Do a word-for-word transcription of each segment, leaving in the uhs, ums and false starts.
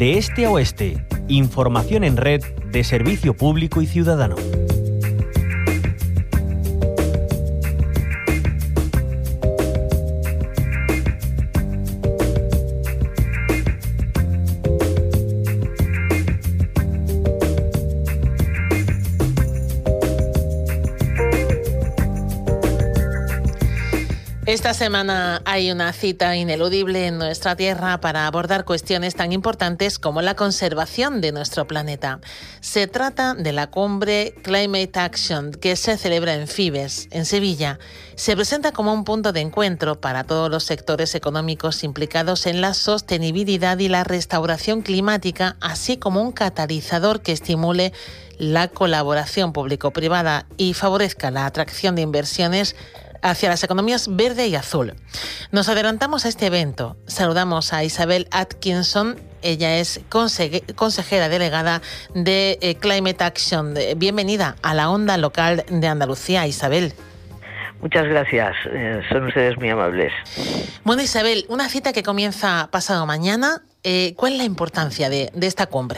De este a oeste, información en red de servicio público y ciudadano. Esta semana hay una cita ineludible en nuestra Tierra para abordar cuestiones tan importantes como la conservación de nuestro planeta. Se trata de la cumbre Climate Action, que se celebra en Fibes, en Sevilla. Se presenta como un punto de encuentro para todos los sectores económicos implicados en la sostenibilidad y la restauración climática, así como un catalizador que estimule la colaboración público-privada y favorezca la atracción de inversiones hacia las economías verde y azul. Nos adelantamos a este evento. Saludamos a Isabel Atkinson. Ella es conse- consejera delegada de eh, Climate Action. Bienvenida a la Onda Local de Andalucía, Isabel. Muchas gracias, eh, son ustedes muy amables. Bueno, Isabel, una cita que comienza pasado mañana. Eh, ¿Cuál es la importancia de, de esta cumbre?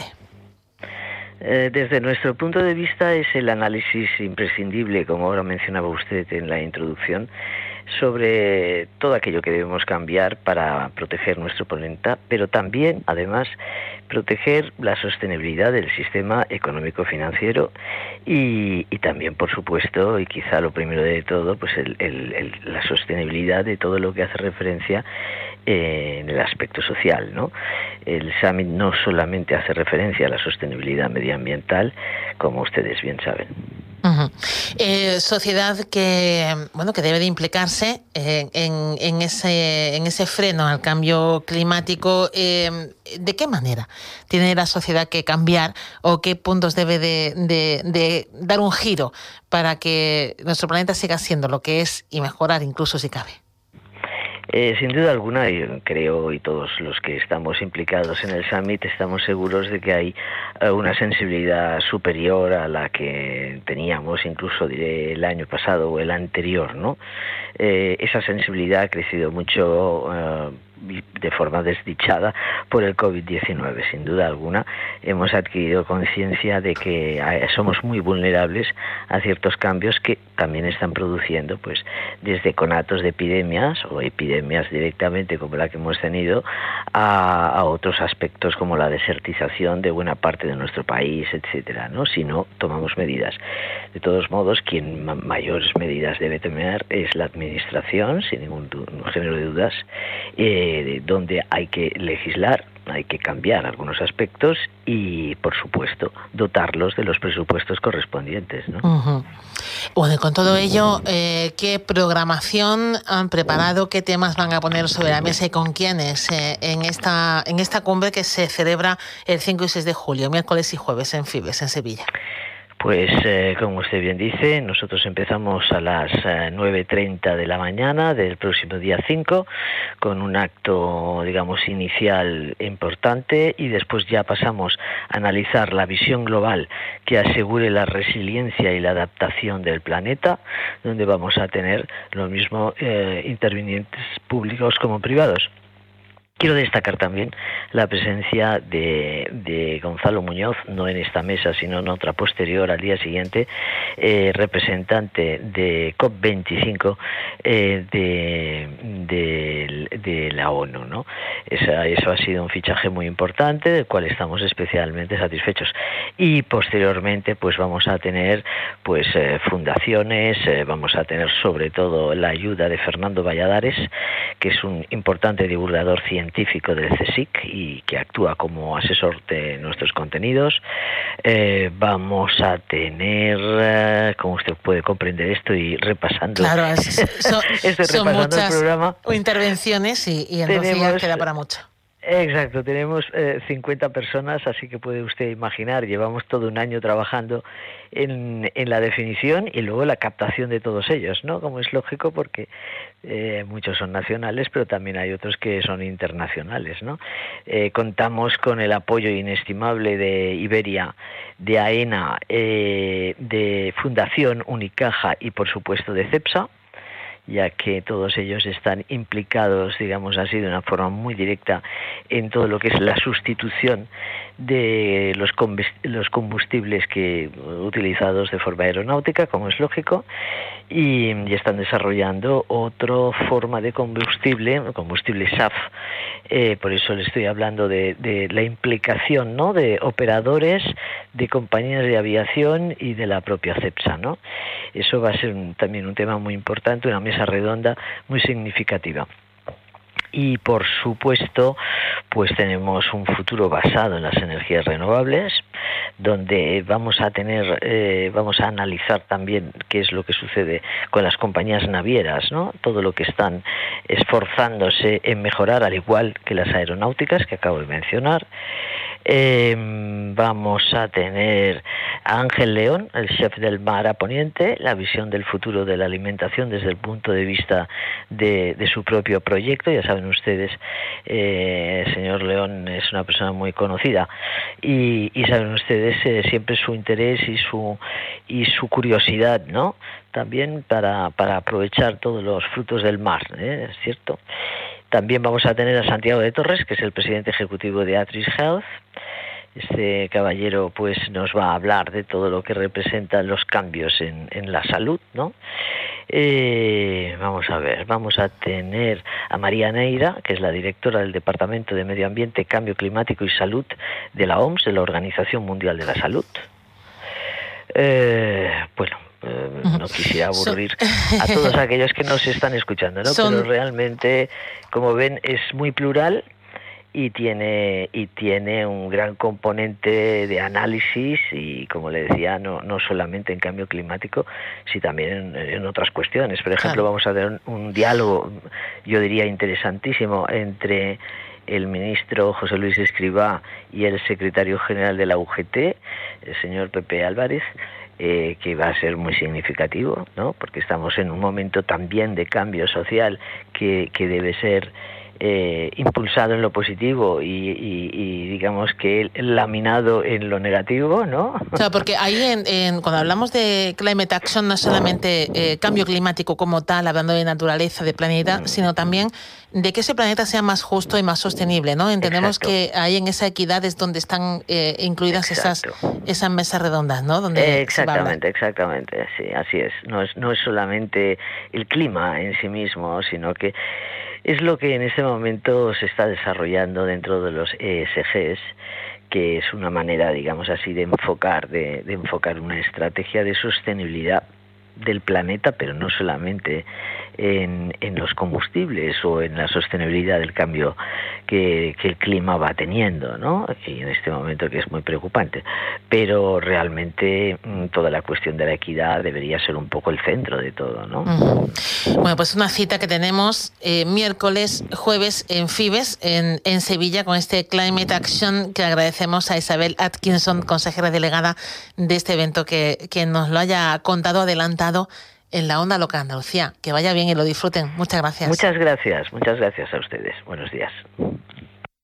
Desde nuestro punto de vista es el análisis imprescindible, como ahora mencionaba usted en la introducción, sobre todo aquello que debemos cambiar para proteger nuestro planeta, pero también, además, proteger la sostenibilidad del sistema económico-financiero y, y también, por supuesto, y quizá lo primero de todo, pues el, el, el, la sostenibilidad de todo lo que hace referencia eh, en el aspecto social, ¿no? El Summit no solamente hace referencia a la sostenibilidad medioambiental, como ustedes bien saben. Uh-huh. Eh, sociedad que bueno que debe de implicarse eh, en, en ese en ese freno al cambio climático. Eh, ¿De qué manera tiene la sociedad que cambiar o qué puntos debe de, de, de dar un giro para que nuestro planeta siga siendo lo que es y mejorar incluso si cabe? Eh, sin duda alguna, yo creo, y todos los que estamos implicados en el Summit estamos seguros de que hay eh, una sensibilidad superior a la que teníamos, incluso diré el año pasado o el anterior, ¿no? Eh, esa sensibilidad ha crecido mucho eh, de forma desdichada por el covid diecinueve, sin duda alguna. Hemos adquirido conciencia de que somos muy vulnerables a ciertos cambios que también están produciendo, pues, desde conatos de epidemias o epidemias directamente como la que hemos tenido, a, a otros aspectos como la desertización de buena parte de nuestro país, etcétera, ¿no? Si no tomamos medidas. De todos modos, quien ma- mayores medidas debe tomar es la administración, sin ningún du- género de dudas, eh, de donde hay que legislar, hay que cambiar algunos aspectos y, por supuesto, dotarlos de los presupuestos correspondientes, ¿no? Uh-huh. Bueno, y con todo ello, eh, ¿qué programación han preparado? ¿Qué temas van a poner sobre la mesa y con quiénes eh, en esta en esta cumbre que se celebra el cinco y seis de julio, miércoles y jueves en Fibes, en Sevilla? Pues, eh, como usted bien dice, nosotros empezamos a las eh, nueve y treinta de la mañana del próximo día cinco con un acto, digamos, inicial importante y después ya pasamos a analizar la visión global que asegure la resiliencia y la adaptación del planeta, donde vamos a tener lo mismo eh, intervinientes públicos como privados. Quiero destacar también la presencia de, de Gonzalo Muñoz, no en esta mesa, sino en otra posterior al día siguiente, eh, representante de COP veinticinco eh, de, de, de la ONU, ¿no? Esa, eso ha sido un fichaje muy importante, del cual estamos especialmente satisfechos. Y posteriormente, pues vamos a tener pues eh, fundaciones, eh, vamos a tener sobre todo la ayuda de Fernando Valladares, que es un importante divulgador científico científico del CSIC y que actúa como asesor de nuestros contenidos. Eh, vamos a tener, eh, como usted puede comprender esto y repasando, claro, es, son, estoy son repasando muchas el programa, intervenciones y, y entonces tenemos, ya queda para mucho. Exacto, tenemos eh, cincuenta personas, así que puede usted imaginar, llevamos todo un año trabajando en, en la definición y luego la captación de todos ellos, ¿no? Como es lógico, porque eh, muchos son nacionales, pero también hay otros que son internacionales, ¿no? Eh, contamos con el apoyo inestimable de Iberia, de AENA, eh, de Fundación Unicaja y, por supuesto, de CEPSA. ya que todos ellos están implicados, digamos así, de una forma muy directa en todo lo que es la sustitución de los combustibles que utilizados de forma aeronáutica, como es lógico, y, y están desarrollando otra forma de combustible, combustible S A F. Eh, por eso le estoy hablando de, de la implicación, ¿no?, de operadores, de compañías de aviación y de la propia CEPSA, ¿no? Eso va a ser un, también un tema muy importante, una mesa redonda muy significativa. Y por supuesto, pues tenemos un futuro basado en las energías renovables, donde vamos a tener, eh, vamos a analizar también qué es lo que sucede con las compañías navieras, ¿no? Todo lo que están esforzándose en mejorar, al igual que las aeronáuticas que acabo de mencionar. Eh, vamos a tener a Ángel León, el chef del Mar a Poniente, la visión del futuro de la alimentación desde el punto de vista de, de su propio proyecto. Ya saben ustedes, eh, el señor León es una persona muy conocida y, y saben ustedes eh, siempre su interés y su y su curiosidad, ¿no?, también para, para aprovechar todos los frutos del mar, ¿eh? ¿Es cierto? También vamos a tener a Santiago de Torres, que es el presidente ejecutivo de Atris Health. Este caballero pues nos va a hablar de todo lo que representan los cambios en, en la salud, ¿no? Eh, vamos a ver, vamos a tener a María Neira, que es la directora del Departamento de Medio Ambiente, Cambio Climático y Salud de la O M S, de la Organización Mundial de la Salud. Eh, bueno, no quisiera aburrir a todos aquellos que nos están escuchando, ¿no? Son... Pero realmente, como ven, es muy plural y tiene y tiene un gran componente de análisis y, como le decía, no no solamente en cambio climático, sino también en, en otras cuestiones. Por ejemplo, claro, vamos a tener un, un diálogo, yo diría interesantísimo, entre el ministro José Luis Escrivá y el secretario general de la U G T, el señor Pepe Álvarez, Eh, que va a ser muy significativo, ¿no?, porque estamos en un momento también de cambio social que, que debe ser eh, impulsado en lo positivo y, y, y digamos que laminado en lo negativo, ¿no? O sea, porque ahí en, en, cuando hablamos de climate action no es solamente eh, cambio climático como tal, hablando de naturaleza, de planeta, mm. sino también de que ese planeta sea más justo y más sostenible, ¿no? Entendemos Exacto. que ahí en esa equidad es donde están eh, incluidas esas esas mesas redondas, ¿no? Donde eh, exactamente, exactamente, sí, así es. No es no es solamente el clima en sí mismo, sino que es lo que en este momento se está desarrollando dentro de los E S Gs, que es una manera, digamos así, de enfocar, de, de enfocar una estrategia de sostenibilidad del planeta, pero no solamente en, en los combustibles o en la sostenibilidad del cambio que, que el clima va teniendo, ¿no? Y en este momento que es muy preocupante, pero realmente toda la cuestión de la equidad debería ser un poco el centro de todo, ¿no? Uh-huh. Bueno, pues una cita que tenemos eh, miércoles, jueves en FIBES, en, en Sevilla, con este Climate Action, que agradecemos a Isabel Atkinson, consejera delegada de este evento, que, que nos lo haya contado adelantado en la Onda Local Andalucía. Que vaya bien y lo disfruten. Muchas gracias. Muchas gracias, muchas gracias a ustedes. Buenos días.